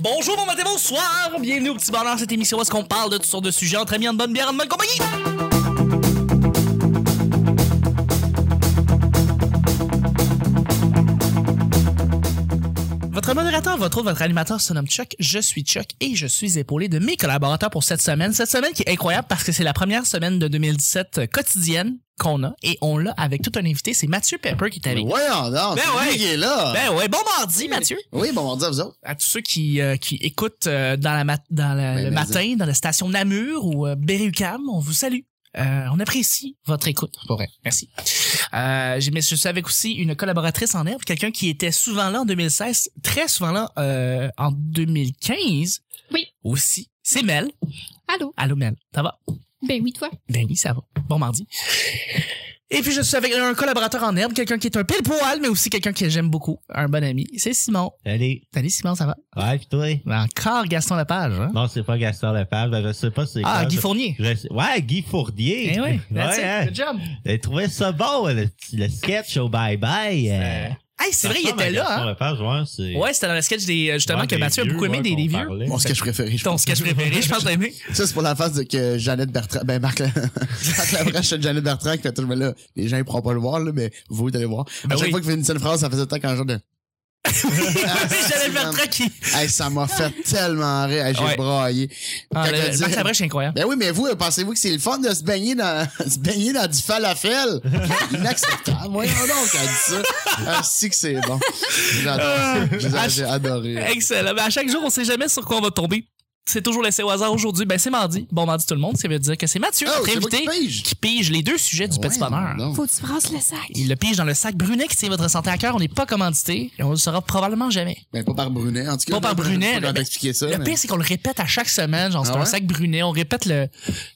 Bonjour, bon matin, bonsoir. Bienvenue au Petit Bonheur, cette émission où est-ce qu'on parle de toutes sortes de sujets entre amis, en bonne bière, en bonne compagnie. Votre modérateur, votre animateur se nomme Chuck, je suis Chuck et je suis épaulé de mes collaborateurs pour cette semaine. Cette semaine qui est incroyable parce que c'est la première semaine de 2017 quotidienne qu'on a et on l'a avec tout un invité, c'est Mathieu Pepper qui est avec nous. Ouais, non, c'est lui qui est là. Ben ouais, bon mardi Mathieu. Oui, bon mardi à vous autres. À tous ceux qui écoutent le matin dans la station Namur ou Berry-UQAM, on vous salue. On apprécie votre écoute. Pour vrai. Merci. Je suis avec aussi une collaboratrice en herbe, quelqu'un qui était souvent là en 2016, très souvent là en 2015. Oui. Aussi. C'est Mel. Allô? Allô Mel. Ça va? Ben oui, toi? Ben oui, ça va. Bon mardi. Et puis je suis avec un collaborateur en herbe, quelqu'un qui est un pile-poil, mais aussi quelqu'un que j'aime beaucoup, un bon ami. C'est Simon. Salut. Salut Simon, ça va? Ouais, pis toi? Encore Gaston Lepage, hein? Non, c'est pas Gaston Lepage, ben, je sais pas c'est quoi. Guy Fournier. Ouais, Guy Fournier. Eh oui, that's ouais, it. Good job. J'ai trouvé ça bon, le sketch au bye-bye. Hey, c'est vrai, il était là, Gaston hein? Lepage, ouais, c'est... Ouais, c'était dans le sketch justement Ouais, que des Mathieu a beaucoup aimé vieux, des qu'on vieux. parlait. Mon sketch préféré, je Ton pense. sketch préféré, je pense d'aimer. Ça, c'est pour la phase que Jeannette Bertrand, Marc Labrèche, c'est Jeannette Bertrand qui fait tout, mais là, les gens, ils pourront pas le voir, là, mais vous allez voir. Ben À chaque oui. fois qu'il fait une seule phrase, ça faisait tant qu'un genre de... J'allais le Bertrand qui... Hey, ça m'a fait tellement rire. Hey, j'ai Ouais. braillé. Ah, Quand elle dit- Max Labrèche, c'est incroyable. Ben oui, mais vous, pensez-vous que c'est le fun de se baigner dans du falafel? Inacceptable. Voyons donc, elle dit ça. Ah, si que c'est bon. J'adore. J'ai adoré. Excellent. Ben, à chaque jour, on sait jamais sur quoi on va tomber. C'est toujours laissé au hasard aujourd'hui. Ben, c'est mardi. Bon mardi tout le monde. Ça veut dire que c'est Mathieu, Oh, notre c'est moi invité, qui pige. qui pige les deux sujets du Petit Ouais, Bonheur. non. Faut que tu brasses le sac. Il le pige dans le sac Brunet qui tient votre santé à cœur. On n'est pas commandité et on le saura probablement jamais. Ben, pas par Brunet. En tout cas, Pas par Brunet. Je peux Le- t'expliquer ça. Le mais- pire, c'est qu'on le répète à chaque semaine. Genre, c'est Ah un ouais? sac Brunet. On répète le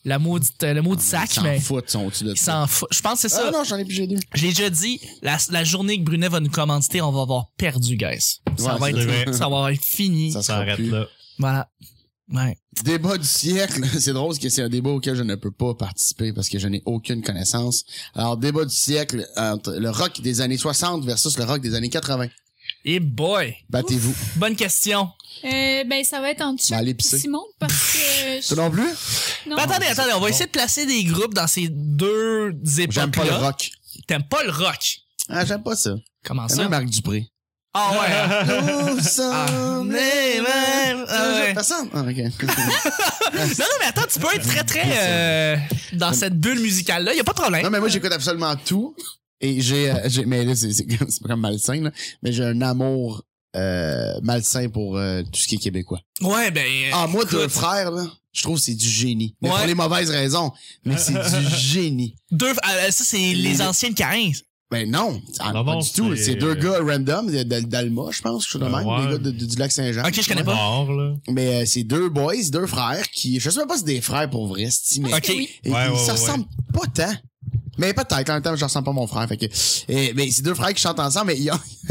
maudit sac, Ils s'en mais foutent, sont au-dessus de il ça. s'en fout. Je pense que c'est ça. Ah non, j'en ai pigé deux. Je l'ai déjà dit, la journée que Brunet va nous commanditer, on va avoir perdu, guys. Ça Ouais, va c'est vrai. être, ça va être fini. Ça Ça sera arrête plus. là. Voilà. Ouais. Débat du siècle. C'est drôle parce que c'est un débat auquel je ne peux pas participer parce que je n'ai aucune connaissance. Alors, débat du siècle entre le rock des années 60 versus le rock des années 80. Et boy! Battez-vous. Bonne question. Ben, ça va être en dessous. Ben, allez pisser. Simon, parce que... Toi non plus? Non. Ben, attendez, on va essayer de placer des groupes dans ces deux J'aime pas le époques-là. rock. T'aimes pas le rock? Ah, j'aime pas ça. Comment J'aime ça? Marc Dupré. Ah ouais. hein? Nous sommes les mêmes. Ah ouais. Personne? Ah, ok. Non, mais attends, tu peux être très dans cette bulle musicale-là. Y a pas de problème. Non, mais moi, j'écoute absolument tout. Et mais là, c'est pas comme malsain, là. Mais j'ai un amour, malsain pour, tout ce qui est québécois. Ouais, ben. Ah, moi, deux écoute, frères, là, je trouve que c'est du génie. Mais Ouais. pour les mauvaises raisons. Mais c'est du génie. ça, c'est les anciennes 15. Ben non, Non, pas non, du tout. c'est- C'est deux gars random, d'Alma, je pense, quelque chose de même. Ouais. Des gars du lac Saint-Jean. Ok, je connais pas. Mort, là. Mais c'est deux boys, deux frères qui, je sais même pas si c'est des frères pour vrai, mais Ok. Oui. et Ouais, ils ouais, se ouais. ressemblent pas tant. Mais peut-être, en même temps, je ressemble pas à mon frère. Fait que, mais c'est deux frères qui chantent ensemble, mais ils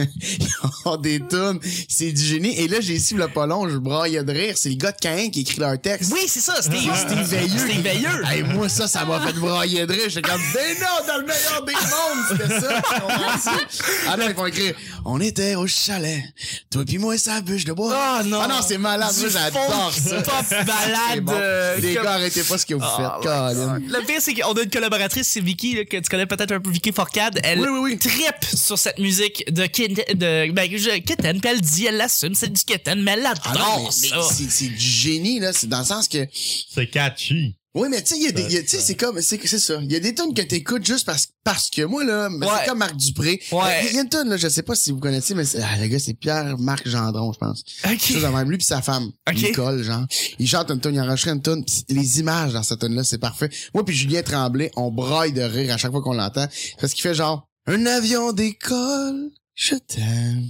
ont des tunes. C'est du génie. Et là, j'ai su le pas long, je braillais de rire. C'est le gars de Caïn qui écrit leur texte. Oui, c'est ça. C'était Veilleux. C'était veilleux. Hey, moi, ça m'a fait brailler de rire. J'étais comme, ben non, dans le meilleur des mondes, c'était ça. Comprends-tu? Ah non, ils vont écrire, on était au chalet. Toi pis moi, ça bûche de bois. Ah non. Ah non, c'est malade. Moi, j'adore ça. Pop C'est balade. bon. Les gars, arrêtez pas ce que vous faites. Colin. Le pire, c'est qu'on a une collaboratrice, c'est Vicky, là, que tu connais peut-être un peu, Vicky Forcade. Elle Oui. trippe sur cette musique de Kitten, puis elle dit, elle l'assume, c'est du Kitten, mais elle Ah adore non, mais ça. c'est du génie, là. C'est dans le sens que, C'est catchy. oui, mais tu sais, tu sais, c'est comme, c'est ça. Il y a des tunes que t'écoutes juste parce que moi, là, Ouais. c'est comme Marc Dupré. Ouais. Il y a une tune, là, je sais pas si vous connaissez, mais le gars, c'est Pierre-Marc Gendron, je pense. Ok. Chose de même, lui pis sa femme, Ok. Nicole, genre. Il chante une tune, il enregistre une tune, pis les images dans cette tune-là, c'est parfait. Moi puis Julien Tremblay, on braille de rire à chaque fois qu'on l'entend. Parce qu'il fait genre, un avion décolle, je t'aime.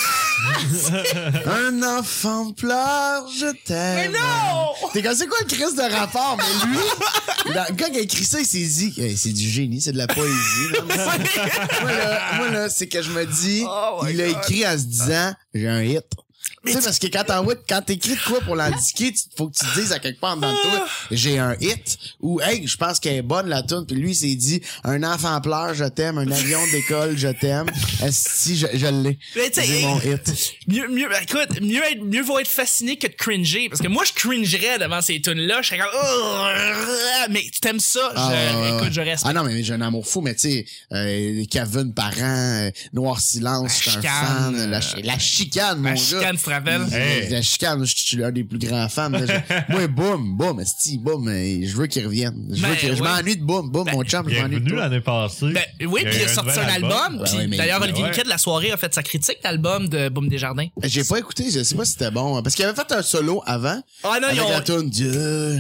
Un enfant pleure, je t'aime. Mais non! T'es comme, c'est quoi le crise de rapport? Mais lui, quand il a écrit ça, il s'est dit, hey, c'est du génie, c'est de la poésie. Là. moi, là, c'est que je me dis, Oh my il l'a God. écrit en se disant, j'ai un hit. Tu sais, parce que quand t'écris de quoi pour l'indiquer, faut que tu te dises à quelque part dans toi, j'ai un hit, ou hey, je pense qu'elle est bonne la tune, puis lui, il s'est dit, un enfant pleure, je t'aime, un avion d'école, je t'aime. Si je l'ai. Mais tu sais, C'est mon hit. Écoute, mieux vaut être fasciné que de cringer. Parce que moi, je cringerais devant ces tunes-là. Je serais comme, mais tu t'aimes ça? Écoute, je reste. Ah non, mais j'ai un amour fou, mais tu sais, Kevin Parent, Noir Silence, je suis un fan. La chicane, mon gars. La chicane, tu te rappelles? La chicane, je suis l'un des plus grands fans. Moi, boum, esti, boum, je veux qu'il revienne. Je m'ennuie de boum, mon chum, je m'ennuie de Bienvenue toi. l'année passée. Ben, oui, puis il a sorti un album. Ouais, Puis mais- d'ailleurs, Olivier ouais. Niquet de la soirée a fait sa critique d'album de Boom Desjardins. J'ai pas écouté, je sais pas si c'était bon. Parce qu'il avait fait un solo avant. Ah non, Avec ils ont... la tune Dieu.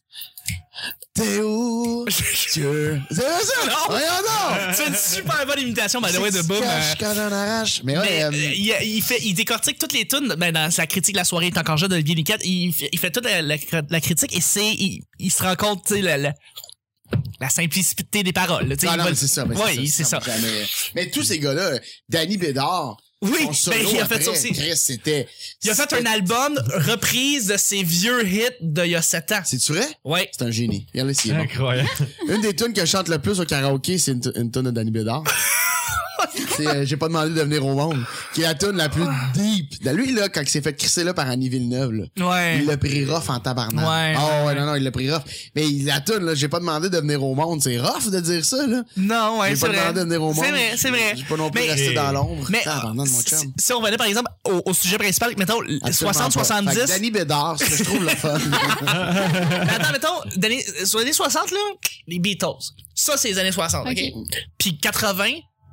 T'es où? Dieu. C'est vrai ça? Non. Voyons donc! C'est une super bonne imitation, by the way, de Boom. Quand on arrache. Mais Mais ouais, il décortique toutes les tunes. Ben, dans sa critique de la soirée est encore jeune d'Olivier Niquet, il fait toute la critique et il se rend compte, tu sais, la simplicité des paroles. là, tu sais, ah il non, va- mais c'est ça. Oui, c'est ça. Jamais. Mais tous ces gars-là, Danny Bédard, Oui, son solo ben, il a fait après, ça aussi. Chris, c'était... Il a fait un album reprise de ses vieux hits d'il y a 7 ans. C'est-tu vrai? Ouais. C'est un génie. Regardez s'il est bon. Incroyable. Une des tunes que je chante le plus au karaoké, c'est une tune de Danny Bédard. C'est J'ai pas demandé de venir au monde, qui est la tune la plus deep. Lui, là, quand il s'est fait crisser là par Annie Villeneuve, là, Ouais. il l'a pris rough en tabarnak. Ouais. Oh, ouais, non, il l'a pris rough. Mais la tune, là, j'ai pas demandé de venir au monde. C'est rough de dire ça, là. Non, ouais, J'ai c'est pas vrai. demandé de venir au monde. C'est vrai. J'ai pas non plus Mais- resté dans l'ombre. Mais Tabarnak, mon chum. si on revenait par exemple au sujet principal, mettons Absolument pas. Fait que 60-70. Danny Bédard, ce que je trouve le fun. Mais attends, mettons, sur les années 60, là, les Beatles. Ça, c'est les années 60, OK? Puis 80,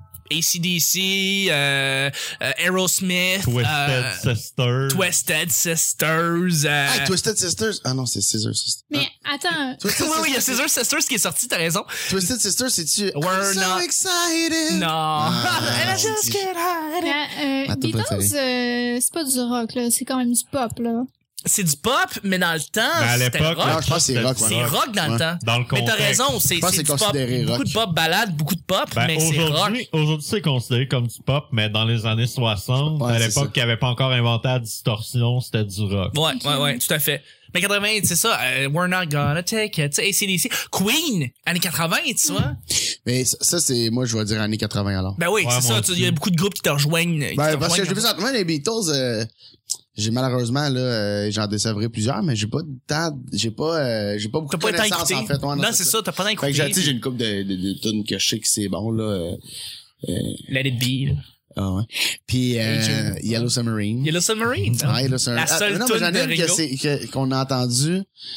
AC/DC, Aerosmith, Twisted Sister. Twisted Sisters. Hey, Twisted Sisters. Ah non, c'est Scissor Sisters. Mais attends, Twisted Oui, il y a Sisters, Scissor Sisters qui est sorti, t'as raison. Twisted Sisters, c'est-tu... We're I'm so not- excited. Non. And I just c'est- can't hide it. Ma tune Beatles, c'est pas du rock, là. C'est quand même du pop, là. C'est du pop, mais dans le temps, Mais à c'était l'époque, rock. Non, je pense que c'est rock, ouais. C'est rock dans le Ouais. temps. Dans le Mais t'as contexte. raison, c'est pense que du c'est pop. considéré Beaucoup rock. de pop balade, beaucoup de pop, Ben, mais c'est rock. aujourd'hui, c'est considéré comme du pop, mais dans les années 60, Ouais, à c'est l'époque, ça. qui avait pas encore inventé la distorsion, c'était du rock. Ouais, tout à fait. Mais 80, c'est ça, We're Not Gonna Take It, tu sais, AC/DC. Queen, années 80, tu vois. Mais ça, c'est... Moi, je vais dire années 80 alors. Ben oui, Ouais, c'est moi ça, il y a aussi. beaucoup de groupes qui te rejoignent. Ben, parce que j'ai vu présentement les Beatles, j'ai malheureusement, là, j'en décevrai plusieurs, mais j'ai pas de temps, j'ai pas beaucoup T'as de pas le temps connaissances, d'écouter. en fait. Ouais, Non, c'est ça, t'as pas le temps Fait que d'écouter. j'ai une couple de tunes que je sais que c'est bon, là. Let It Be, là. Ah ouais. Puis, Agent. Yellow Submarine. Yellow Submarine. hein. Ouais, Yellow Submarine. La seule non, tune mais j'en ai de une Ringo. qu'on a entendue,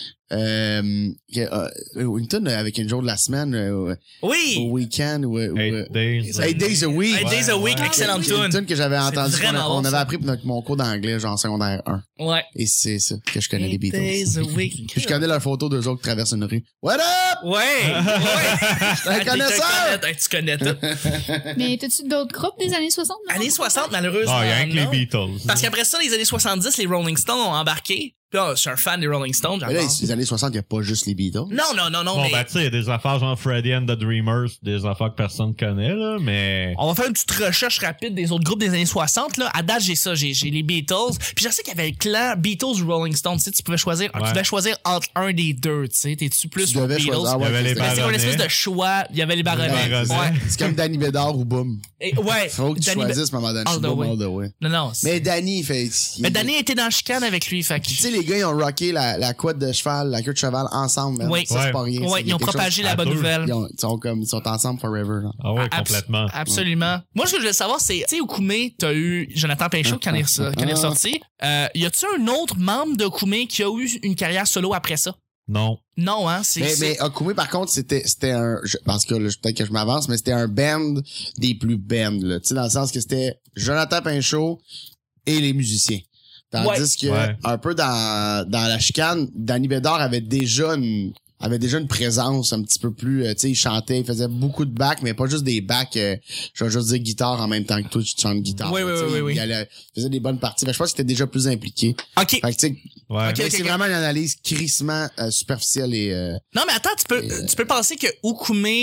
une tune avec une jour de la semaine, au Oui! week-end, ou 8 days. 8 Days a Week. 8 Days a Week, ouais. excellente C'est une tune. tune que j'avais entendue, vraiment on bon, avait ça. appris pour mon cours d'anglais, genre en secondaire 1. Ouais. Et c'est ça que je connais les 8 Beatles. Days a Week. Puis je connais leur photo d'eux autres qui traversent une rue. What up? Ouais! Ouais! Un connaisseur! Tu connais tout. Mais t'as-tu d'autres groupes des années 60? non? Années 60, malheureusement. Ah, il y a rien que non. les Beatles. Parce qu'après ça, les années 70, les Rolling Stones ont embarqué. Puis là, je suis un fan des Rolling Stones, Mais là, j'adore. les années 60, il n'y a pas juste les Beatles. Non, Bon, mais... ben, tu sais, il y a des affaires genre Freddy and the Dreamers, des affaires que personne connaît, là, mais... On va faire une petite recherche rapide des autres groupes des années 60, là. À date, j'ai ça. J'ai les Beatles. Puis je sais qu'il y avait le clan Beatles ou Rolling Stones. Tu sais, tu pouvais choisir, tu Ouais. devais choisir entre un des deux, tu sais. T'es-tu plus Tu pour devais Beatles? choisir. Ah Il y avait les c'était- Mais c'est comme une espèce Baronnets. de choix. Il y avait les Baronnets. Baronnets. Ouais. C'est comme Danny Bédard ou Boom. Et, ouais. Faut que tu Danny- choisisses à un moment donné. All the Boom way. all the way. Non. Mais Danny, il fait... Mais Danny était dans le chicane avec lui, fait que... Tu sais, les gars, ils ont rocké la couette de cheval, la queue de cheval ensemble. man. Oui. Ça, c'est pas rien. Ouais, ils ont propagé la à bonne deux. nouvelle. Ils sont ensemble forever. Là. Ah ouais, Abs- complètement. Absolument. Moi, ce que je voulais savoir, c'est, tu sais, au Koumé, t'as eu Jonathan Pinchot qui en est ressorti. Y a-tu un autre membre de Koumé qui a eu une carrière solo après ça? Non. Non, hein, Mais Okume, par contre, c'était un, parce que là, peut-être que je m'avance, mais c'était un band des plus bands, là. Tu sais, dans le sens que c'était Jonathan Pinchot et les musiciens. Tandis que, Ouais. un peu dans la chicane, Danny Bédard avait déjà une présence un petit peu plus, tu sais, il chantait, il faisait beaucoup de bacs, mais pas juste des bacs, je vais juste dire guitare en même temps que toi, tu chantes guitare. Oui, là, oui, tu sais, oui. il faisait des bonnes parties. Fait que je pense qu'il était déjà plus impliqué. OK. Fait que, tu sais, Ouais. Ok. c'est vraiment une analyse crissement superficielle et, Non, mais attends, tu peux penser que Oukoumé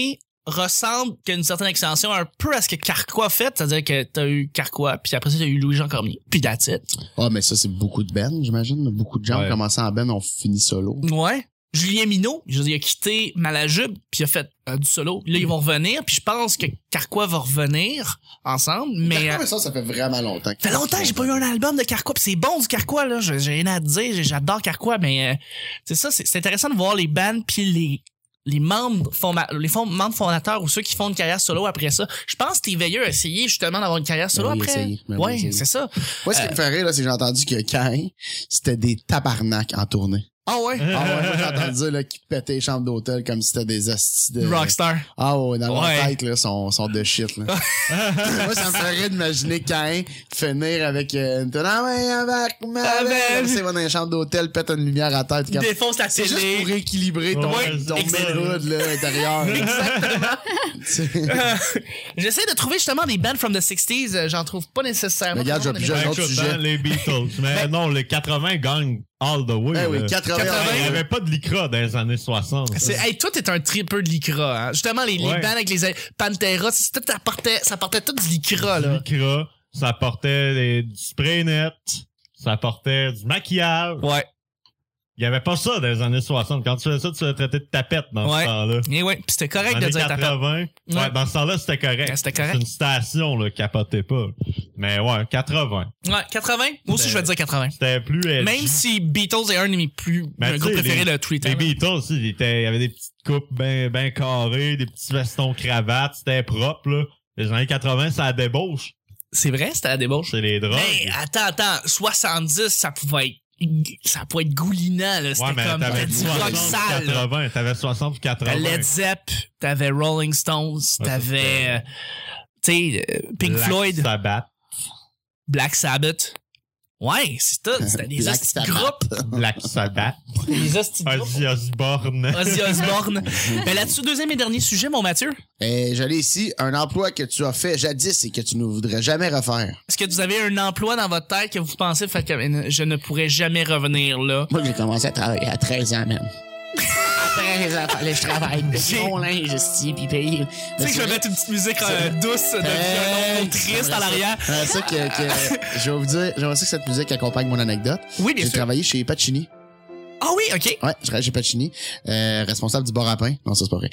ressemble qu'à une certaine extension un peu à ce que Carquois a fait, c'est-à-dire que t'as eu Carquois, puis après ça t'as eu Louis-Jean Cormier, puis that's it. Ah, mais ça, c'est beaucoup de Ben, j'imagine. Beaucoup de gens ont commencé en Ben, ont fini solo. Ouais. Julien Minot, je veux dire, il a quitté Malajube, puis il a fait du solo. Là, ils vont revenir, puis je pense que Carquois va revenir ensemble, mais... Carquois, ça fait vraiment longtemps. Ça fait longtemps que j'ai pas eu un album de Carquois, puis c'est bon du Carquois, là. J'ai rien à dire, j'adore Carquois, mais c'est ça, c'est intéressant de voir les bands, puis les membres membres fondateurs ou ceux qui font une carrière solo après ça. Je pense que Steve Veilleux a essayé justement d'avoir une carrière solo après. Ouais, c'est ça. Moi, ce qui me fait rire, là, c'est que j'ai entendu que Caïn, c'était des tabarnak en tournée. Ah ouais? Ah ouais, moi j'ai entendu dire là, qu'ils pétaient les chambres d'hôtel comme si c'était des hosties de... Rockstar. Ah ouais, dans leur tête, là, sont de shit, là. Moi, ça me ferait d'imaginer Caïn finir avec avec c'est dans les chambres d'hôtel, pète une lumière à tête. Défonce la télé. C'est juste pour rééquilibrer ton mood, là, intérieur. Exactement. J'essaie de trouver justement des bands from the 60s, j'en trouve pas nécessairement. Mais regarde, j'ai plus un autre sujet. Les Beatles. Mais non, les 80 gagnent all the way. Eh oui, 80. Il n'y avait pas de Lycra dans les années 60. Hey, toi, t'es un tripeux de Lycra, hein. Justement, les bands avec les Pantera, ça portait tout du Lycra, là. Lycra, ça portait du spray net, ça portait du maquillage. Ouais. Il y avait pas ça dans les années 60. Quand tu faisais ça, tu faisais traiter de tapette dans ce temps-là. Et ouais, pis c'était correct de dire 80, tapette. Dans ce temps-là, c'était correct. Ouais, c'était correct. C'est une station, là, capotez pas. Mais ouais, 80. Ouais, 80? Moi aussi, je vais dire 80. C'était plus edgy. Même si Beatles est un de mes groupes préférés de tous les temps. Les Beatles, il y avait des petites coupes ben carrées, des petits vestons cravates, c'était propre, là. Les années 80, ça a débauche. C'est vrai, c'était à débauche. C'est les drogues. Mais attends, 70, ça pouvait être goulinant, là. C'était comme t'avais du rock sale. 80, t'avais 60 ou 80. T'avais Led Zepp, t'avais Rolling Stones, t'avais tu sais, Pink Floyd, Black Sabbath. Ouais, c'est tout. C'était des hosties de groupes. Black Sabbath. Des hosties de groupes. Ozzy Osbourne. Ozzy Osbourne. Mais là-dessus, deuxième et dernier sujet, mon Mathieu. J'allais ici, un emploi que tu as fait jadis et que tu ne voudrais jamais refaire. Est-ce que vous avez un emploi dans votre tête que vous pensez, fait que je ne pourrais jamais revenir là? Moi, j'ai commencé à travailler à 13 ans, même. À 13 ans, fallait que je travaille. Mon linge, pis paye. Tu sais que je vais mettre une petite musique douce de violon triste à l'arrière. C'est ça que je vais vous dire, j'aimerais ça que cette musique accompagne mon anecdote. Oui, bien sûr. J'ai travaillé chez Pacini. Ah oui, ok. Ouais, je travaillais chez Pacini, responsable du bar à pain. Non, ça c'est pas vrai.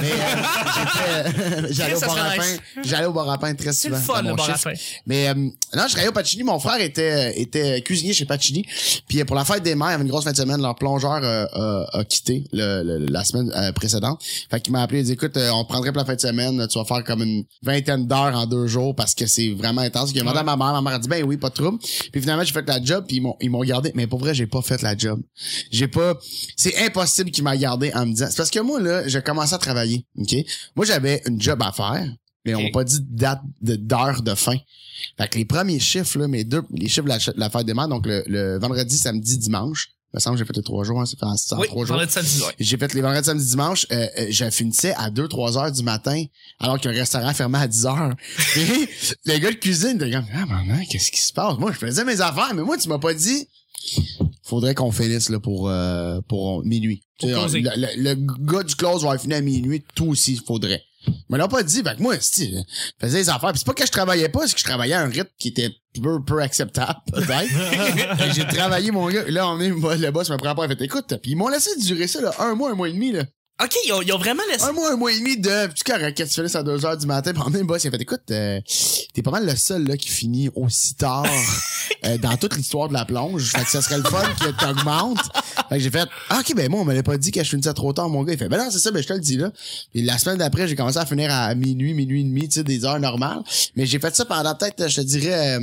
Mais j'allais au bar à pain. J'allais au bar à pain très souvent. C'est le fun, le bar à pain. Mais non, je travaillais au Pacini. Mon frère était cuisinier chez Pacini. Puis pour la fête des mères, il y avait une grosse fin de semaine. Leur plongeur a quitté la semaine précédente. Fait qu'il m'a appelé. Il dit, écoute, on prendrait pour la fin de semaine. Tu vas faire comme une 20aine d'heures en 2 jours parce que c'est vraiment intense. Il a demandé à ma mère. Ma mère a dit, ben oui, pas de trouble. Puis finalement, j'ai fait la job. Puis ils m'ont gardé. Mais pour vrai, j'ai pas fait la job. C'est impossible qu'il m'a gardé en me disant, c'est parce que moi, là, j'ai commencé à travailler, ok? Moi, j'avais une job à faire, mais on m'a pas dit de date d'heure de fin. Fait que les premiers chiffres, là, les chiffres de la fête des mères, donc le vendredi, samedi, dimanche, il me semble que j'ai fait les 3 jours, hein, c'est fait en 3 jours. Samedi, ouais. J'ai fait les vendredis, samedi, dimanche, je finissais à 2-3 heures du matin, alors qu'un restaurant fermait à 10 heures. Et le gars de cuisine était comme, ah, maman, qu'est-ce qui se passe? Moi, je faisais mes affaires, mais moi, tu m'as pas dit, faudrait qu'on finisse là pour minuit. Le gars du close va finir à minuit, tout aussi faudrait. Mais l'a pas dit, fait que moi, je faisais les affaires. Pis c'est pas que je travaillais pas, c'est que je travaillais à un rythme qui était peu acceptable, peut-être. J'ai travaillé, mon gars. Là, le boss me prend pas, il fait, écoute, pis ils m'ont laissé durer ça, là, 1 mois et demi, là. OK, ils ont vraiment laissé... 1 mois et demi de... Tu correct, quand tu finis à 2h du matin, pendant le boss, il a fait, écoute, t'es pas mal le seul, là, qui finit aussi tard dans toute l'histoire de la plonge. Fait que ça serait le fun que t'augmentes. Fait que j'ai fait, ah, OK, ben moi, on m'avait pas dit que je finissais trop tard, mon gars. Il fait, ben non, c'est ça, ben je te le dis, là. Puis la semaine d'après, j'ai commencé à finir à minuit et demi, tu sais, des heures normales. Mais j'ai fait ça pendant peut-être, je te dirais,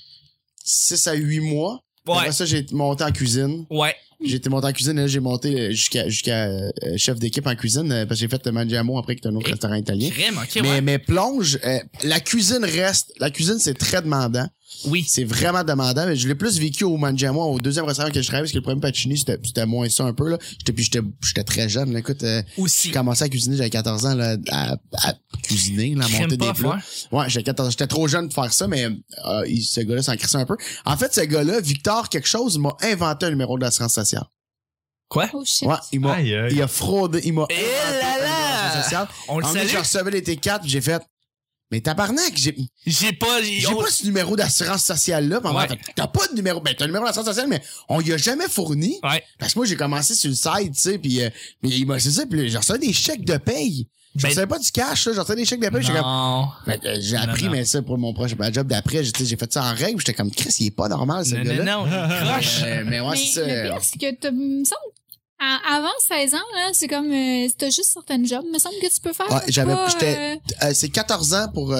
6 à 8 mois. Ouais. Après ça, j'ai monté en cuisine. Ouais. J'ai été monté en cuisine, là, j'ai monté jusqu'à chef d'équipe en cuisine, parce que j'ai fait Mangiamo après qui est un autre restaurant italien. Crème, okay, mais plonge, la cuisine, c'est très demandant. Oui. C'est vraiment demandant, mais je l'ai plus vécu au Mangiamo, au deuxième restaurant que je travaillais, parce que le premier Pacini, c'était moins ça un peu, là. J'étais très jeune, là. Écoute, aussi. J'ai commencé à cuisiner, j'avais 14 ans, là, à cuisiner, là, à monter des plats. Ouais, j'avais 14 ans. J'étais trop jeune pour faire ça, mais, ce gars-là s'en crissait un peu. En fait, ce gars-là, Victor quelque chose, m'a inventé un numéro d'assurance sociale. Quoi? Oh shit. Ouais, il a fraudé, il m'a... Eh là là! sociale. On le En fait, salue. je recevais les T4, puis j'ai fait, mais tabarnak, j'ai pas ce numéro d'assurance sociale-là. Puis on m'a fait, t'as pas de numéro. Ben, t'as un numéro d'assurance sociale, mais on y a jamais fourni. Ouais. Parce que moi, j'ai commencé sur le site, tu sais, puis il m'a, c'est ça, puis j'ai reçu des chèques de paye. Je recevais pas du cash, là. J'ai reçu des chèques de paye. J'étais comme, Non. j'ai appris, mais ça, pour mon prochain job d'après, j'ai fait ça en règle. J'étais comme, Chris, il est pas normal, ce gars-là. Non, il croche. Mais ouais, Mais c'est ça. le pire, c'est que me semble, avant 16 ans, là, c'est comme, t'as juste certains jobs, me semble que tu peux faire. Ouais, c'est 14 ans pour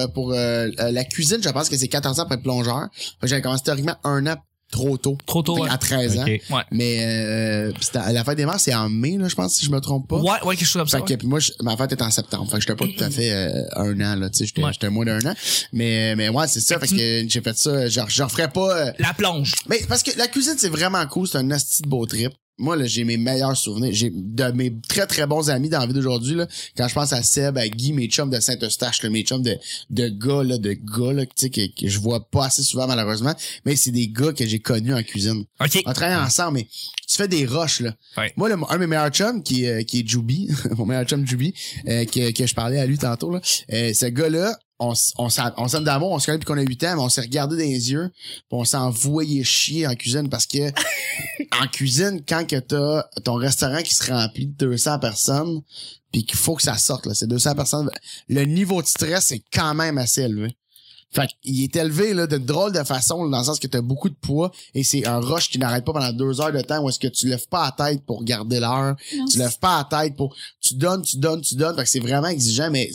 la cuisine, je pense que c'est 14 ans pour être plongeur. J'avais commencé théoriquement un an trop tôt. Trop tôt, Fait ouais. à 13 ans. Ok. Ouais. Mais pis la fête des mères, c'est en mai, là, je pense, si je me trompe pas. Ouais, quelque chose comme ça. Fait que puis moi, ma fête est en septembre. Fait que j'étais pas tout à fait un an, là, tu sais, j'étais moins d'un an. Mais ouais, c'est ça. Fait que j'ai fait ça. Je referais pas. La plonge. Mais parce que la cuisine, c'est vraiment cool. C'est un asti de beau trip. Moi, là, j'ai mes meilleurs souvenirs. J'ai de mes très, très bons amis dans la vie d'aujourd'hui, là. Quand je pense à Seb, à Guy, mes chums de Saint-Eustache, là, mes chums de gars, là, tu sais, que je vois pas assez souvent, malheureusement. Mais c'est des gars que j'ai connus en cuisine. OK. On travaille ensemble, mais tu fais des rushs, là. Ouais. Moi, un de mes meilleurs chums, qui est Juby, mon meilleur chum Juby, que je parlais à lui tantôt, là. Ce gars-là, on s'aime d'amour, on se connaît depuis qu'on a 8 ans, mais on s'est regardé dans les yeux, pis on s'est envoyé chier en cuisine parce que en cuisine, quand que t'as ton restaurant qui se remplit de 200 personnes, puis qu'il faut que ça sorte, là, c'est 200 personnes, le niveau de stress est quand même assez élevé. Fait qu'il est élevé là de drôle de façon, là, dans le sens que t'as beaucoup de poids et c'est un rush qui n'arrête pas pendant 2 heures de temps où est-ce que tu lèves pas la tête pour garder l'heure, tu lèves pas la tête pour tu donnes. Fait que c'est vraiment exigeant, mais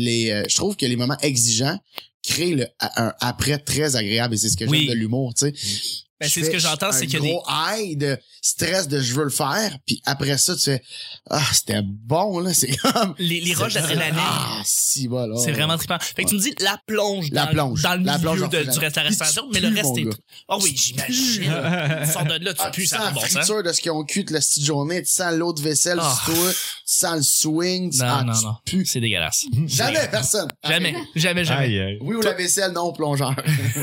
je trouve que les moments exigeants créent un après très agréable et c'est ce que j'aime de l'humour, tu sais. Ben, c'est ce que j'entends, c'est qu'il y a un gros high de stress de je veux le faire, puis après ça tu fais c'était bon là, c'est comme les roches d'adrénaline. Si voilà. C'est vraiment trippant. Fait que tu me dis la plonge dans le milieu du reste de la restauration, mais le reste est... Oh oui, j'imagine. Tu sors de là, tu pues, ça sens fait bon la sens. friture de ce qu'ils ont cuit la petite journée, tu sens l'eau de vaisselle sur toi, tu sens le swing, Non. tu pues. C'est dégueulasse. Jamais personne. Jamais. Aïe, aïe. Oui, ou la vaisselle, non, plongeur.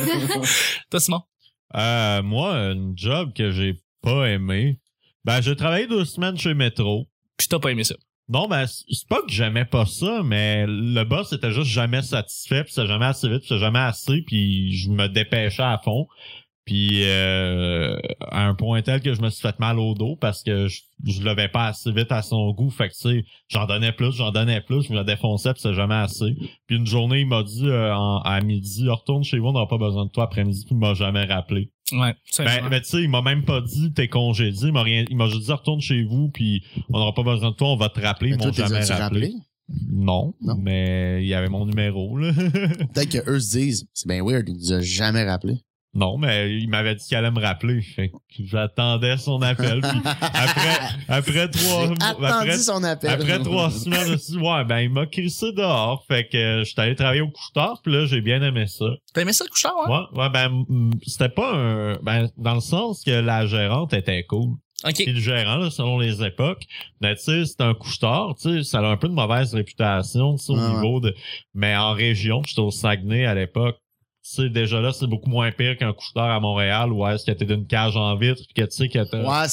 Toi, Simon? Moi, un job que j'ai pas aimé. Ben, j'ai travaillé 2 semaines chez Métro. Puis t'as pas aimé ça? Non, ben, c'est pas que j'aimais pas ça, mais le boss était juste jamais satisfait, puis c'est jamais assez vite, puis c'est jamais assez, puis je me dépêchais à fond. Puis à un point tel que je me suis fait mal au dos parce que je levais pas assez vite à son goût. Fait que tu sais, j'en donnais plus, je me défonçais, puis c'est jamais assez. Puis une journée, il m'a dit à midi, retourne chez vous, on n'aura pas besoin de toi après-midi, puis il m'a jamais rappelé. Ouais. Mais tu sais, il m'a même pas dit t'es congédié, il m'a juste dit retourne chez vous, puis on n'aura pas besoin de toi, on va te rappeler. Ils m'ont jamais rappelé. Non, mais il y avait mon numéro là. Peut-être qu'eux se disent, c'est bien weird, il nous a jamais rappelé. Non, mais il m'avait dit qu'il allait me rappeler. Fait que j'attendais son appel. Puis après 3 mois. Son appel. Après 3 semaines, je me suis dit, ouais, ben, il m'a crissé dehors. Fait que j'étais allé travailler au couche-tard, puis là, j'ai bien aimé ça. T'as aimé ça, le couche-tard, ouais? Ouais, ben, c'était pas dans le sens que la gérante était cool. OK. Puis le gérant, là, selon les époques. Mais tu sais, c'est un couche-tard, tu sais, ça a un peu de mauvaise réputation, tu sais, au niveau de, mais en région, j'étais au Saguenay à l'époque. Tu sais, déjà là, c'est beaucoup moins pire qu'un couche-tard à Montréal où est-ce que t'es d'une cage en vitre pis que tu sais que t'as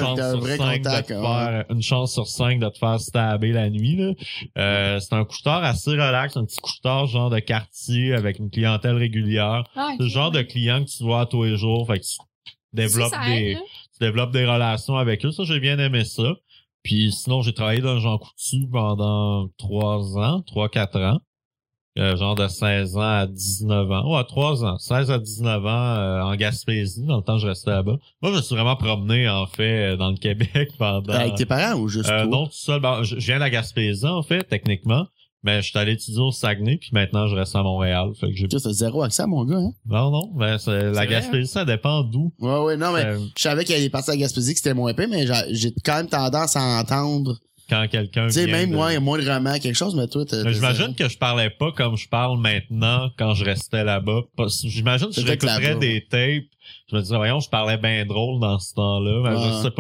une chance sur 5 de te faire stabber la nuit, là. C'est un couche-tard assez relax, un petit couche-tard genre de quartier avec une clientèle régulière. C'est le genre de client que tu vois tous les jours, fait que tu développes des relations avec eux. Ça, j'ai bien aimé ça. Puis sinon, j'ai travaillé dans Jean Coutu pendant 3-4 ans. Genre de 16 ans à 19 ans. Ouais, 3 ans. 16 à 19 ans en Gaspésie, dans le temps que je restais là-bas. Moi, je me suis vraiment promené, en fait, dans le Québec pendant... Avec tes parents ou juste toi? Non, tout seul. Ben, je viens de la Gaspésie, en fait, techniquement. Mais je suis allé étudier au Saguenay, puis maintenant, je reste à Montréal. Fait que j'ai... Tu as 0 accès, mon gars, hein? Non. Ben, la Gaspésie, ça dépend d'où. Ouais, non, mais je savais qu'il y avait des parties à Gaspésie que c'était moins épais, mais j'ai quand même tendance à entendre... Quand quelqu'un tu sais, même moi, il y a moins de romans, quelque chose, mais toi, j'imagine que je parlais pas comme je parle maintenant quand je restais là-bas. J'imagine que si j'écouterais des tapes, je me disais, voyons, je parlais bien drôle dans ce temps-là. Mais je sais pas.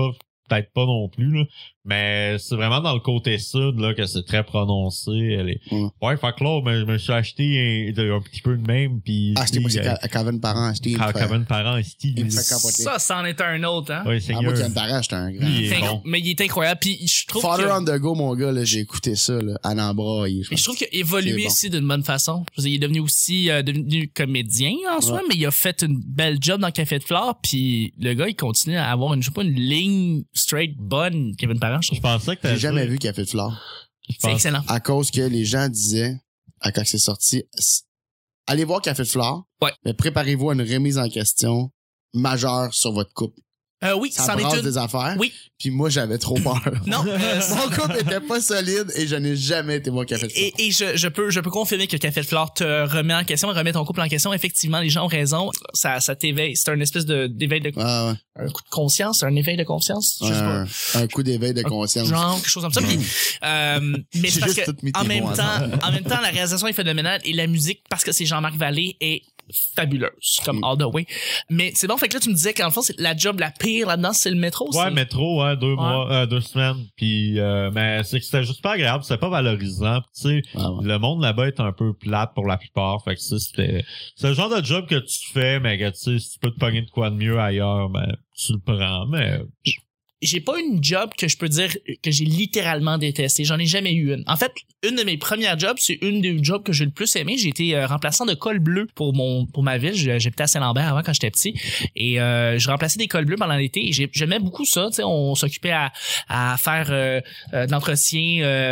peut-être pas non plus, là. Mais c'est vraiment dans le côté sud, là, que c'est très prononcé. Ouais, fait que là, je me suis acheté un petit peu de même, pis... Moi, c'est Kevin Parent, Kevin Parent, ça, c'en est un autre, hein? Oui, c'est moi, Kevin Parent, j'étais un grand. Mais il est incroyable, pis je trouve Father on the Go, mon gars, là, j'ai écouté ça, là, à l'embraille. Je trouve qu'il a évolué aussi d'une bonne façon. Je veux dire, il est devenu aussi, devenu comédien, en soi, mais il a fait une belle job dans Café de Flore, puis le gars, il continue à avoir une ligne straight bonne, Kevin Parent. Je pensais que j'ai jamais vu Café de Flore. C'est excellent. À cause que les gens disaient, quand c'est sorti, allez voir Café de Flore. Ouais. Mais préparez-vous à une remise en question majeure sur votre couple. Oui, ça brasse des affaires. Oui. Puis moi, j'avais trop peur. Non. Mon couple était pas solide et je n'ai jamais été voir Café de Flore. Et je peux confirmer que Café de Flore te remet en question, remet ton couple en question. Effectivement, les gens ont raison. Ça t'éveille. C'est un espèce d'éveil de, un coup de conscience, un éveil de conscience. Je sais pas. Un coup d'éveil de conscience. Genre, quelque chose comme ça. Puis, mais c'est parce que, en même temps, la réalisation est phénoménale et la musique, parce que c'est Jean-Marc Vallée, est fabuleuse, comme All the Way. Mais c'est bon, fait que là, tu me disais qu'en fond, c'est la job la pire là-dedans, c'est le métro. Ouais, métro, 2 mois, 2 semaines. Puis, mais c'est que c'était juste pas agréable, c'était pas valorisant. Tu sais, le monde là-bas est un peu plate pour la plupart. Fait que ça, c'est le genre de job que tu fais, mais que tu sais, si tu peux te pogner de quoi de mieux ailleurs, ben, tu le prends, mais... J'ai pas une job que je peux dire que j'ai littéralement détesté. J'en ai jamais eu une. En fait, une de mes premières jobs, c'est une des jobs que j'ai le plus aimé. J'ai été remplaçant de col bleu pour ma ville. J'habitais à Saint-Lambert avant quand j'étais petit. Et je remplaçais des cols bleus pendant l'été. Et j'aimais beaucoup ça. Tu sais, on s'occupait à faire de l'entretien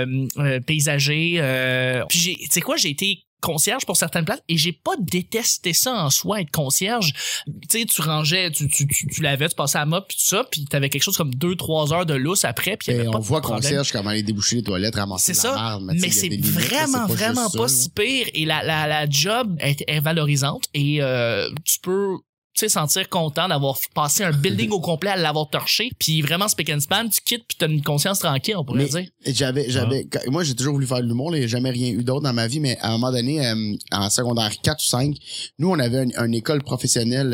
paysager. Puis tu sais quoi, j'ai été concierge pour certaines places et j'ai pas détesté ça en soi, être concierge. Tu sais, tu rangeais, tu lavais, tu passais à la mop puis tout ça, puis t'avais quelque chose comme 2-3 heures de lousse après, puis on voit concierge comment aller déboucher les toilettes, ramasser c'est la ça, merde, mais c'est vraiment pas si pire et la job est valorisante et tu peux sentir content d'avoir passé un building au complet à l'avoir torché, puis vraiment spick and span, tu quittes puis t'as une conscience tranquille, on pourrait dire. Moi j'ai toujours voulu faire de l'humour, là, j'ai jamais rien eu d'autre dans ma vie, mais à un moment donné, en secondaire 4 ou 5, nous on avait une école professionnelle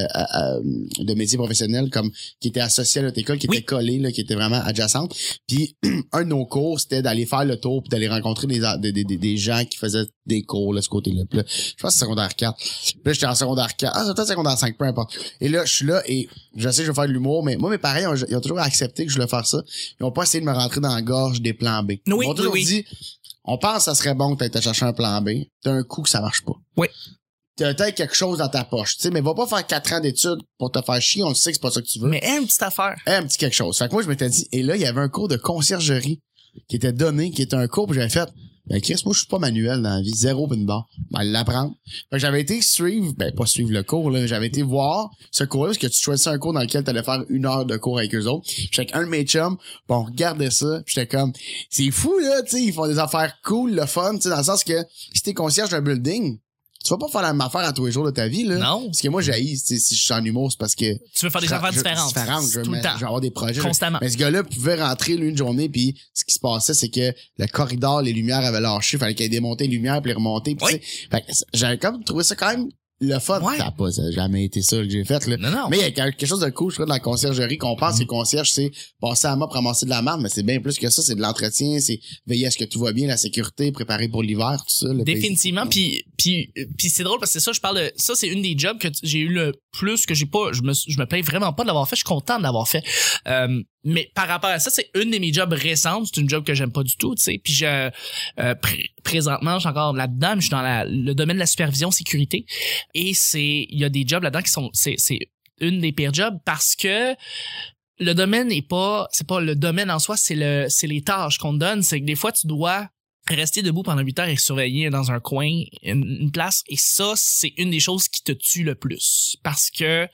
de métiers professionnels comme qui était associée à notre école, qui était collée, là, qui était vraiment adjacente. Puis un de nos cours, c'était d'aller faire le tour puis d'aller rencontrer des gens qui faisaient des cours là, ce côté-là. Puis là, je pense que c'est secondaire 4. Puis là, j'étais en secondaire 4. Ah, c'est peut-être secondaire 5, peu importe. Et là, je suis là et je sais que je vais faire de l'humour, mais moi, mes parents, ils ont toujours accepté que je voulais faire ça. Ils ont pas essayé de me rentrer dans la gorge des plans B. Ils m'ont toujours dit, on pense que ça serait bon que t'aies chercher un plan B. T'as un coup que ça marche pas. Oui. T'as peut-être quelque chose dans ta poche, tu sais, mais va pas faire 4 ans d'études pour te faire chier, on le sait que c'est pas ça que tu veux. Mais une petite affaire. Un petit quelque chose. Fait que moi, je m'étais dit, et là, il y avait un cours de conciergerie qui était donné, qui était un cours, puis j'avais fait, ben Chris, moi je suis pas manuel dans la vie, zéro pin bar. Ben l'apprendre. Fait que j'avais été pas suivre le cours là, j'avais été voir ce cours-là parce que tu choisissais un cours dans lequel t'allais faire 1 heure de cours avec eux autres. J'étais avec un de mes chums, bon, on regardait ça, pis j'étais comme c'est fou là, tu sais, ils font des affaires cool, le fun, tu sais, dans le sens que si t'es concierge d'un building, tu vas pas faire la même affaire à tous les jours de ta vie, là. Non. Parce que moi, j'haïs, si je suis en humour, c'est parce que... Tu veux faire des affaires différentes. Je veux avoir des projets. Constamment. Mais ce gars-là pouvait rentrer, lui, une journée, puis ce qui se passait, c'est que le corridor, les lumières avaient lâché, fallait qu'il démonte les lumières, puis les remonter, puis fait que j'avais comme trouvé ça quand même le fun. Ouais. Ça a jamais été ça que j'ai fait, là. Non. Mais il y a quelque chose de cool, je crois, dans la conciergerie, qu'on pense que le concierge, c'est passer à la mop, ramasser de la merde, mais c'est bien plus que ça, c'est de l'entretien, c'est veiller à ce que tout va bien, la sécurité, préparer pour l'hiver, tout ça. Définitivement, puis c'est drôle parce que c'est ça, je parle de ça, c'est une des jobs que j'ai eu le plus, que j'ai pas, je me plains vraiment pas de l'avoir fait, je suis content de l'avoir fait. Mais par rapport à ça, c'est une de mes jobs récentes, c'est une job que j'aime pas du tout, tu sais. Puis présentement, je suis encore là-dedans, mais je suis dans le domaine de la supervision sécurité. Et il y a des jobs là-dedans qui sont, c'est une des pires jobs parce que le domaine c'est pas le domaine en soi, c'est les tâches qu'on te donne. C'est que des fois, tu dois rester debout pendant 8 heures et surveiller dans un coin, une place. Et ça, c'est une des choses qui te tue le plus. Parce que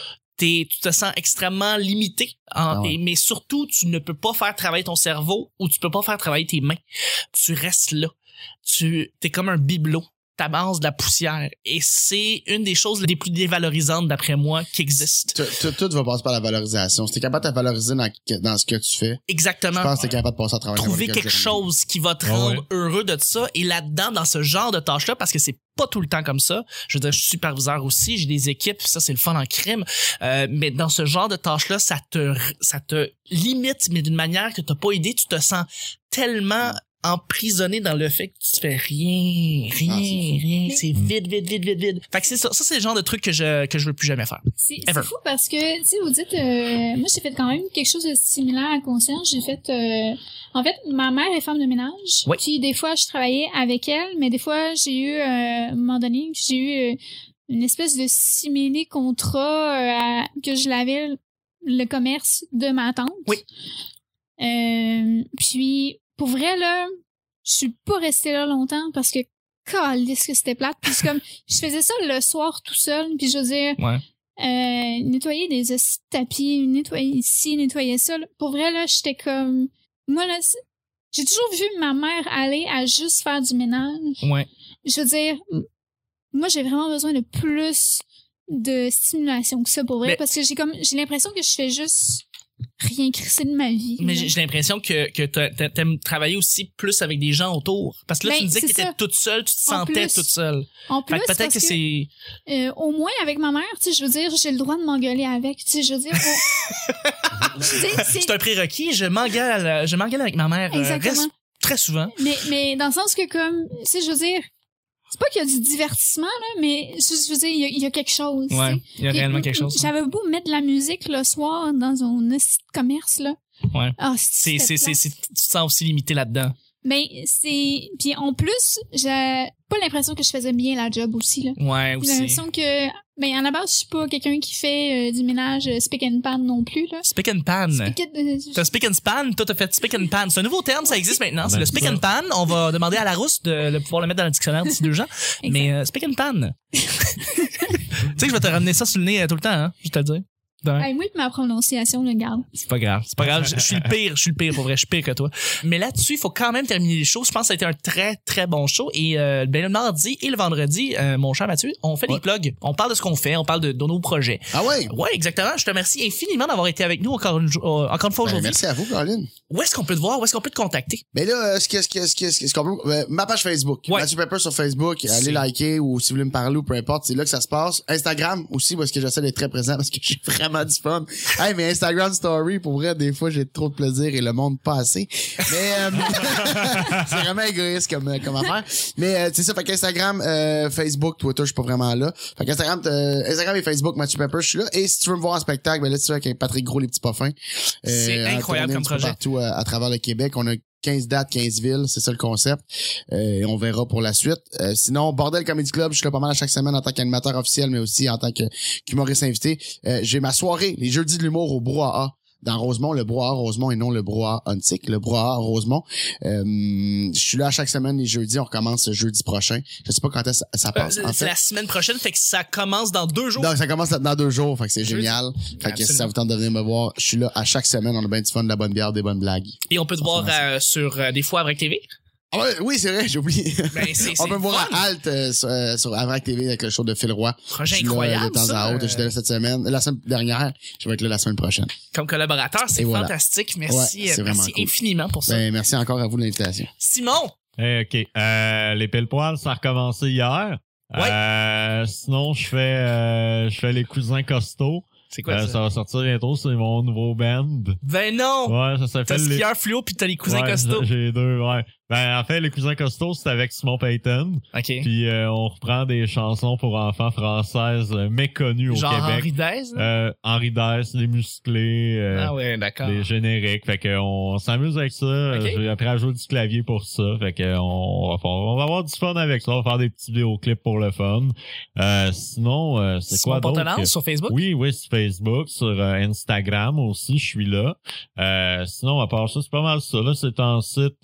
tu te sens extrêmement limité, mais surtout, tu ne peux pas faire travailler ton cerveau ou tu peux pas faire travailler tes mains. Tu restes là. T'es comme un bibelot. t'amasses de la poussière. Et c'est une des choses les plus dévalorisantes, d'après moi, qui existent. Tout va passer par la valorisation. Si t'es capable de te valoriser dans ce que tu fais. Exactement. Je pense que t'es capable de passer à travers. Trouver quelque chose qui va te rendre heureux de ça. Et là-dedans, dans ce genre de tâches-là, parce que c'est pas tout le temps comme ça. Je veux dire, je suis superviseur aussi, j'ai des équipes, ça c'est le fun en crime. Mais dans ce genre de tâches-là, ça te limite, mais d'une manière que t'as pas idée. Tu te sens tellement emprisonné dans le fait que tu fais rien. C'est vide. Fait que c'est ça. Ça, c'est le genre de truc que je veux plus jamais faire. C'est fou parce que, tu sais, vous dites, moi, j'ai fait quand même quelque chose de similaire à Conscience. J'ai fait, en fait, ma mère est femme de ménage. Oui. Puis des fois, je travaillais avec elle, mais des fois, j'ai eu, à un moment donné, une espèce de simili-contrat que je lavais le commerce de ma tante. Oui. Puis, pour vrai, là, je suis pas restée là longtemps parce que, calisse que c'était plate. Puis c'est comme, je faisais ça le soir tout seul. Puis je veux dire, nettoyer des tapis, nettoyer ici, nettoyer ça. Là. Pour vrai, là, j'étais comme... Moi, là, j'ai toujours vu ma mère aller à juste faire du ménage. Ouais. Je veux dire, moi, j'ai vraiment besoin de plus de stimulation que ça, pour vrai. Parce que j'ai l'impression que je fais juste... rien crisser de ma vie. Mais j'ai l'impression que t'aimes travailler aussi plus avec des gens autour. Parce que là, tu me disais que t'étais toute seule, tu te sentais toute seule. En plus, peut-être que c'est... au moins, avec ma mère, tu sais, je veux dire, j'ai le droit de m'engueuler avec, tu sais, je veux dire... c'est un prérequis, je m'engueule avec ma mère très souvent. Mais dans le sens que, comme, tu sais, je veux dire... C'est pas qu'il y a du divertissement, là, mais je veux dire, il y a quelque chose. Ouais, il y a réellement quelque chose. J'avais beau mettre de la musique le soir dans un commerce, là. Ouais. Ah, tu te sens aussi limité là-dedans. Ben, puis en plus, j'ai pas l'impression que je faisais bien la job aussi, là. Ouais, aussi. J'ai l'impression que, ben, à la base, je suis pas quelqu'un qui fait du ménage spick and pan non plus, là. Spick and pan. T'as spick and span, toi t'as fait spick and pan. C'est un nouveau terme, ça existe maintenant. C'est le spick and pan. On va demander à Larousse de pouvoir le mettre dans le dictionnaire d'ici 2 ans. Mais spick and pan. Tu sais que je vais te ramener ça sur le nez tout le temps, hein, je te le dis. Hey, moi, ma prononciation, le garde. C'est pas grave. Je suis le pire, pour vrai. Je suis pire que toi. Mais là-dessus, il faut quand même terminer les shows. Je pense que ça a été un très, très bon show. Et, le mardi et le vendredi, mon cher Mathieu, on fait des plugs. On parle de ce qu'on fait. On parle de nos projets. Ah ouais? Ouais, exactement. Je te remercie infiniment d'avoir été avec nous encore une fois aujourd'hui. Merci à vous, Caroline. Où est-ce qu'on peut te voir? Où est-ce qu'on peut te contacter? Mais là, ce qu'on peut, ma page Facebook. Mathieu Pepper sur Facebook. Allez liker ou si vous voulez me parler ou peu importe. C'est là que ça se passe. Instagram aussi, parce que j'essaie d'être très présent parce que j'ai vraiment du fun. Hey, mais Instagram Story, pour vrai, des fois, j'ai trop de plaisir et le monde pas assez. Mais, c'est vraiment égoïste comme affaire. Mais, c'est ça, fait qu'Instagram, Facebook, Twitter, je suis pas vraiment là. Fait qu'Instagram, Instagram et Facebook, Mathieu Pepper, je suis là. Et si tu veux me voir en spectacle, ben là, tu sais, avec Patrick Gros, les petits pas fins. C'est incroyable comme projet. Partout à travers le Québec. On a 15 dates, 15 villes, c'est ça le concept. Et on verra pour la suite. Sinon, Bordel Comedy Club, je suis là pas mal à chaque semaine en tant qu'animateur officiel, mais aussi en tant qu'humoriste invité. J'ai ma soirée, les jeudis de l'humour au Brouhaha. Dans Rosemont, le Brouhaha Rosemont et non le Brouhaha Huntsic, le Brouhaha Rosemont. Je suis là chaque semaine les jeudis, on recommence jeudi prochain. Je sais pas quand ça passe. En fait, c'est la semaine prochaine, fait que ça commence dans 2 jours. Donc ça commence dans 2 jours, fait que c'est génial. Fait que si ça vous tente de venir me voir, je suis là à chaque semaine, on a bien du fun, de la bonne bière, des bonnes blagues. Et on peut te voir sur des fois avec TV. Ah ouais, oui, c'est vrai, j'ai oublié. Ben, on peut me voir à Alt sur Avrac TV avec le show de Phil Roy. Projet incroyable. De temps à autre, j'étais là cette semaine, la semaine dernière, je vais être là la semaine prochaine. Comme collaborateur, c'est fantastique. Merci, merci infiniment pour ça. Ben, merci encore à vous de l'invitation. Simon. OK. Les pile-poils, ça a recommencé hier. Ouais. Sinon, je fais les cousins costauds. C'est quoi ça? Ça va sortir bientôt, c'est mon nouveau band. Ben non! Ouais, ça s'appelle... T'as skieur fluo pis t'as les cousins costauds. J'ai 2, ouais. Ben, en fait, les cousins costauds, c'est avec Simon Payton. OK. Puis on reprend des chansons pour enfants françaises méconnues au Genre Québec. Henri Dez? Henri Dez, Les Musclés. Ah ouais, d'accord. Des génériques. Fait que on s'amuse avec ça. Okay. J'ai appris à jouer du clavier pour ça. Fait que on va avoir du fun avec ça. On va faire des petits vidéoclips pour le fun. Sinon, c'est quoi d'autre? Simon Portelance sur Facebook? Oui, sur Facebook, sur Instagram aussi, je suis là. Sinon, à part ça, c'est pas mal ça. Là, c'est un site...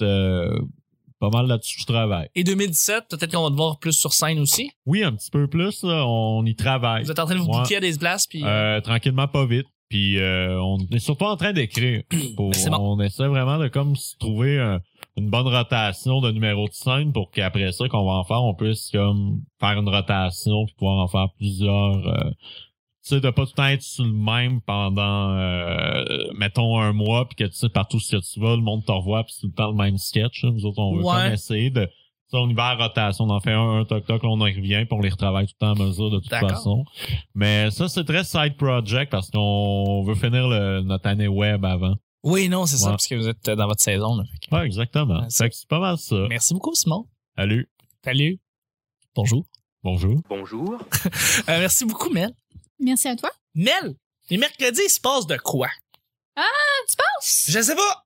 pas mal là-dessus je travaille. Et 2017, peut-être qu'on va te voir plus sur scène aussi? Oui, un petit peu plus, là, on y travaille. Vous êtes en train de vous booker à des places? Puis tranquillement, pas vite. Puis on est surtout en train d'écrire. On essaie vraiment de comme se trouver une bonne rotation de numéros de scène pour qu'après ça, qu'on va en faire, on puisse comme faire une rotation puis pouvoir en faire plusieurs. Tu sais, de pas tout le temps être sur le même pendant, mettons, un mois, puis que tu sais, partout ce que tu vas, le monde te revoit, puis c'est tout le temps le même sketch. Là. Nous autres, on veut comme essayer de... Ça, on y va à rotation, on en fait un toc-toc, là, on en revient, puis on les retravaille tout le temps à mesure, de toute façon. Mais ça, c'est très side project, parce qu'on veut finir notre année web avant. Oui, non, c'est ça, parce que vous êtes dans votre saison. Là, ouais, exactement. Fait que c'est pas mal ça. Merci beaucoup, Simon. Salut. Salut. Bonjour. Bonjour. Bonjour. Merci beaucoup, Mel. Merci à toi. Mel, les mercredis, il se passe de quoi? Ah, tu penses? Je sais pas.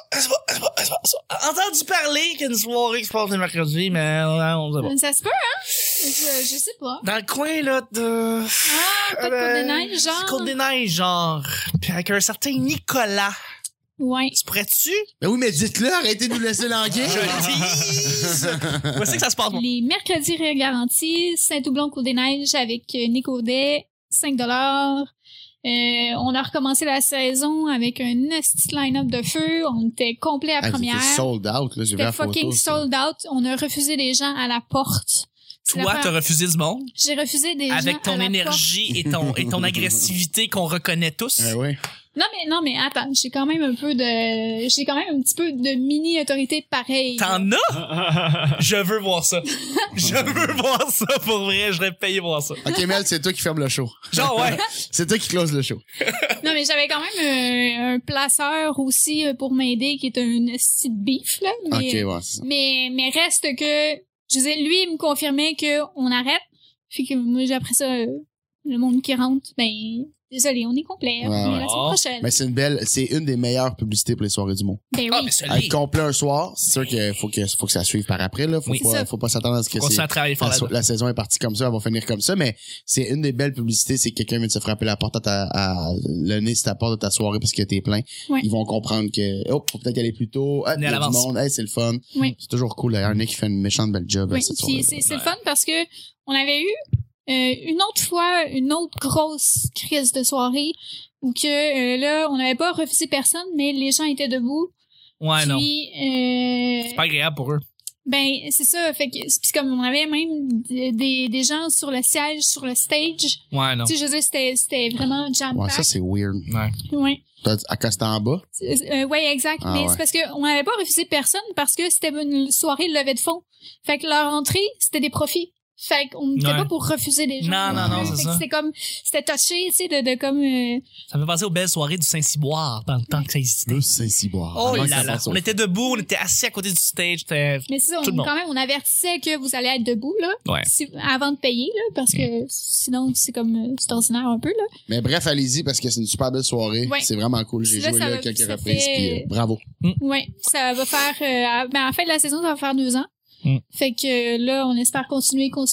Entendu parler qu'il y a une soirée qui se passe le mercredi, mais on sait pas. Ça se peut, hein? Je sais pas. Dans le coin, là, de... Ah, pas de Côte-des-Neiges, genre? Côte-des-Neiges, genre. Puis avec un certain Nicolas. Ouais. Tu pourrais-tu? Ben oui, mais dites-le, arrêtez de nous laisser languir. Je le dis! Où est-ce que ça se passe? Les mercredis garantis, Saint-Houblon Côte-des-Neiges avec Nick Audet, $5. On a recommencé la saison avec un petit line-up de feu. On était complet à première. C'était sold out, là. J'ai vu la photo. C'était fucking sold out. On a refusé des gens à la porte. Toi, t'as refusé du monde? J'ai refusé des gens avec ton énergie et ton agressivité qu'on reconnaît tous. Oui. Non mais attends, j'ai quand même un petit peu de mini autorité pareille. T'en as? Je veux voir ça. Je veux voir ça pour vrai, j'aurais payé voir ça. OK, Mel, c'est toi qui ferme le show. Genre ouais. C'est toi qui close le show. Non mais j'avais quand même un placeur aussi pour m'aider qui est un esti de beef là, mais OK, ouais, c'est ça. mais reste que je disais lui il me confirmait que on arrête. Puis que moi j'ai après ça le monde qui rentre, ben désolé, on est complet. Ouais, la semaine prochaine. Mais c'est une des meilleures publicités pour les soirées du monde. Ben oui. Être complet un soir, c'est sûr qu'il faut que ça suive par après, là. Faut pas s'attendre à ce que la saison est partie comme ça, elle va finir comme ça, mais c'est une des belles publicités, c'est que quelqu'un vient de se frapper la porte le nez sur ta porte de ta soirée parce que t'es plein. Ouais. Ils vont comprendre que, faut peut-être y aller plus tôt. Il y a du monde. C'est le fun. Oui. C'est toujours cool d'ailleurs. Nick qui fait une méchante belle job. Oui, puis c'est le fun parce que on avait eu une autre fois, une autre grosse crise de soirée où que là, on n'avait pas refusé personne, mais les gens étaient debout. Ouais, puis, non. C'est pas agréable pour eux. Ben, c'est ça. Fait que, puis comme on avait même des gens sur le siège, sur le stage. Ouais, non. Tu sais, je veux dire, c'était vraiment jam-pack. Ouais, ça, c'est weird. Ouais. T'as accosté en bas? Ouais, exact. Mais c'est parce que on n'avait pas refusé personne parce que c'était une soirée de levée de fonds. Fait que leur entrée, c'était des profits. Fait qu'on n'était pas pour refuser des gens. Non, c'est ça. C'était touché, tu sais, de comme... Ça me fait penser aux belles soirées du Saint-Cyboire, dans le temps que ça existait. Le Saint-Cyboire. Oh là là. On était debout, on était assis à côté du stage. Mais c'est ça, quand même, on avertissait que vous allez être debout, là. Ouais. Avant de payer, là, parce que sinon, c'est comme, c'est ordinaire un peu, là. Mais bref, allez-y, parce que c'est une super belle soirée. Ouais. C'est vraiment cool. J'ai joué là quelques reprises, puis bravo. Ouais. Ça va faire, à la fin de la saison, ça va faire 2 ans. Fait que là, on espère continuer, parce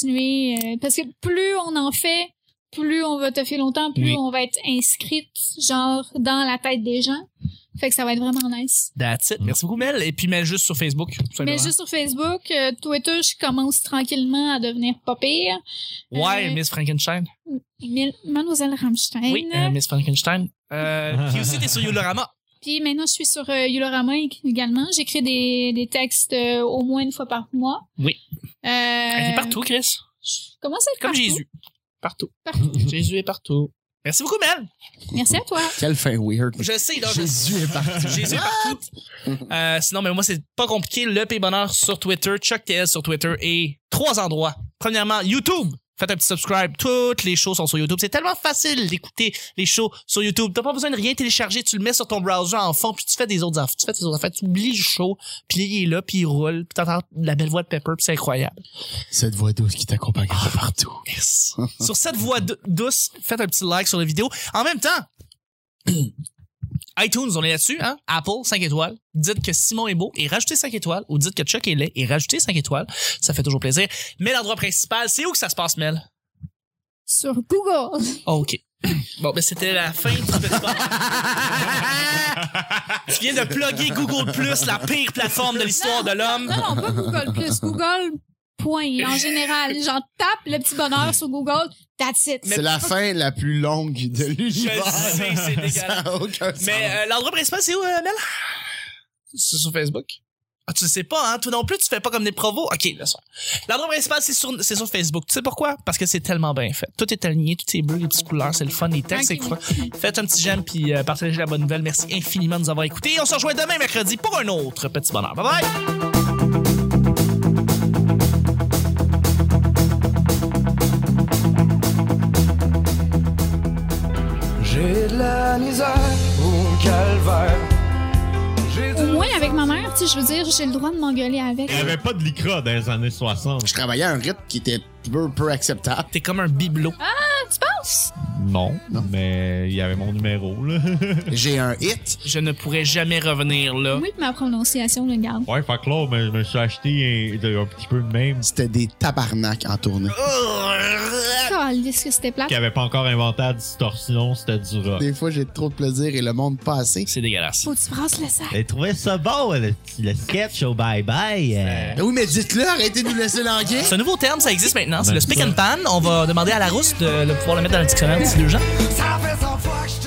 que plus on en fait, plus on va toffer longtemps, plus on va être inscrite, genre, dans la tête des gens. Fait que ça va être vraiment nice. That's it. Merci beaucoup, Mel. Et puis, mets juste sur Facebook. Mais juste sur Facebook. Twitter, je commence tranquillement à devenir pas pire. Ouais, Miss Frankenstein. Mademoiselle Rammstein. Oui, Miss Frankenstein. Puis aussi, t'es sur Yolorama. Puis maintenant, je suis sur Yolorama également. J'écris des textes au moins une fois par mois. Oui. Elle est partout, Chris. Comment ça, comme Jésus. Partout. Jésus est partout. Merci beaucoup, Mel. Merci à toi. Quelle fin weird. Je sais, là. Jésus est partout. Jésus est partout. Sinon, mais moi, c'est pas compliqué. Le P Bonheur sur Twitter, Chuck TL sur Twitter et 3 endroits. Premièrement, YouTube. Faites un petit subscribe. Toutes les shows sont sur YouTube. C'est tellement facile d'écouter les shows sur YouTube. T'as pas besoin de rien télécharger. Tu le mets sur ton browser en fond, puis tu fais des autres affaires. Tu oublies le show, puis il est là, puis il roule, puis t'entends la belle voix de Pepper, puis c'est incroyable. Cette voix douce qui t'accompagne partout. Merci. Sur cette voix douce, faites un petit like sur la vidéo. En même temps, iTunes, on est là-dessus, hein? Apple, 5 étoiles. Dites que Simon est beau et rajoutez 5 étoiles. Ou dites que Chuck est laid et rajoutez 5 étoiles. Ça fait toujours plaisir. Mais l'endroit principal, c'est où que ça se passe, Mel? Sur Google. Oh, OK. Bon, ben c'était la fin du petit bonheur. Tu viens de plugger Google+, la pire plateforme de l'histoire de l'homme. Non, pas Google+. Google, point. En général, j'en tape le petit bonheur sur Google. That's it. C'est la fin la plus longue de l'univers. Je sais, c'est dégueulasse. Ça a aucun sens. Mais l'endroit principal, c'est où, Mel? C'est sur Facebook. Ah, tu sais pas, hein? Toi non plus, tu fais pas comme des provos. OK, là, ça. L'endroit principal, c'est sur Facebook. Tu sais pourquoi? Parce que c'est tellement bien fait. Tout est aligné, tout est bleu, les petites couleurs, c'est le fun, les textes, c'est quoi. Faites un petit j'aime puis partagez la bonne nouvelle. Merci infiniment de nous avoir écoutés. Et on se rejoint demain mercredi pour un autre petit bonheur. Bye bye! J'ai de la misère au calvaire. Au moins, avec ma mère, tu sais, je veux dire, j'ai le droit de m'engueuler avec. Il n'y avait pas de lycra dans les années 60. Je travaillais à un rythme qui était peu acceptable. T'es comme un bibelot. Ah, tu penses? Non, mais il y avait mon numéro, là. J'ai un hit. Je ne pourrais jamais revenir là. Oui, ma prononciation, le garde. Ouais, fait que là, je me suis acheté un petit peu de même. C'était des tabarnak en tournée. Calisse que c'était plate. Qui avait pas encore inventé la distorsion, c'était du rock. Des fois, j'ai trop de plaisir et le monde pas assez. C'est dégueulasse. Faut que tu brasses le sac. J'ai trouvé ça bon, le sketch au bye-bye. Oui, mais dites-le, arrêtez de nous laisser languir. C'est un nouveau terme, ça existe maintenant. C'est le speak and pan. On va demander à la rousse de pouvoir le mettre dans le dictionnaire d'ici 2 ans. Ça fait 100 fois que je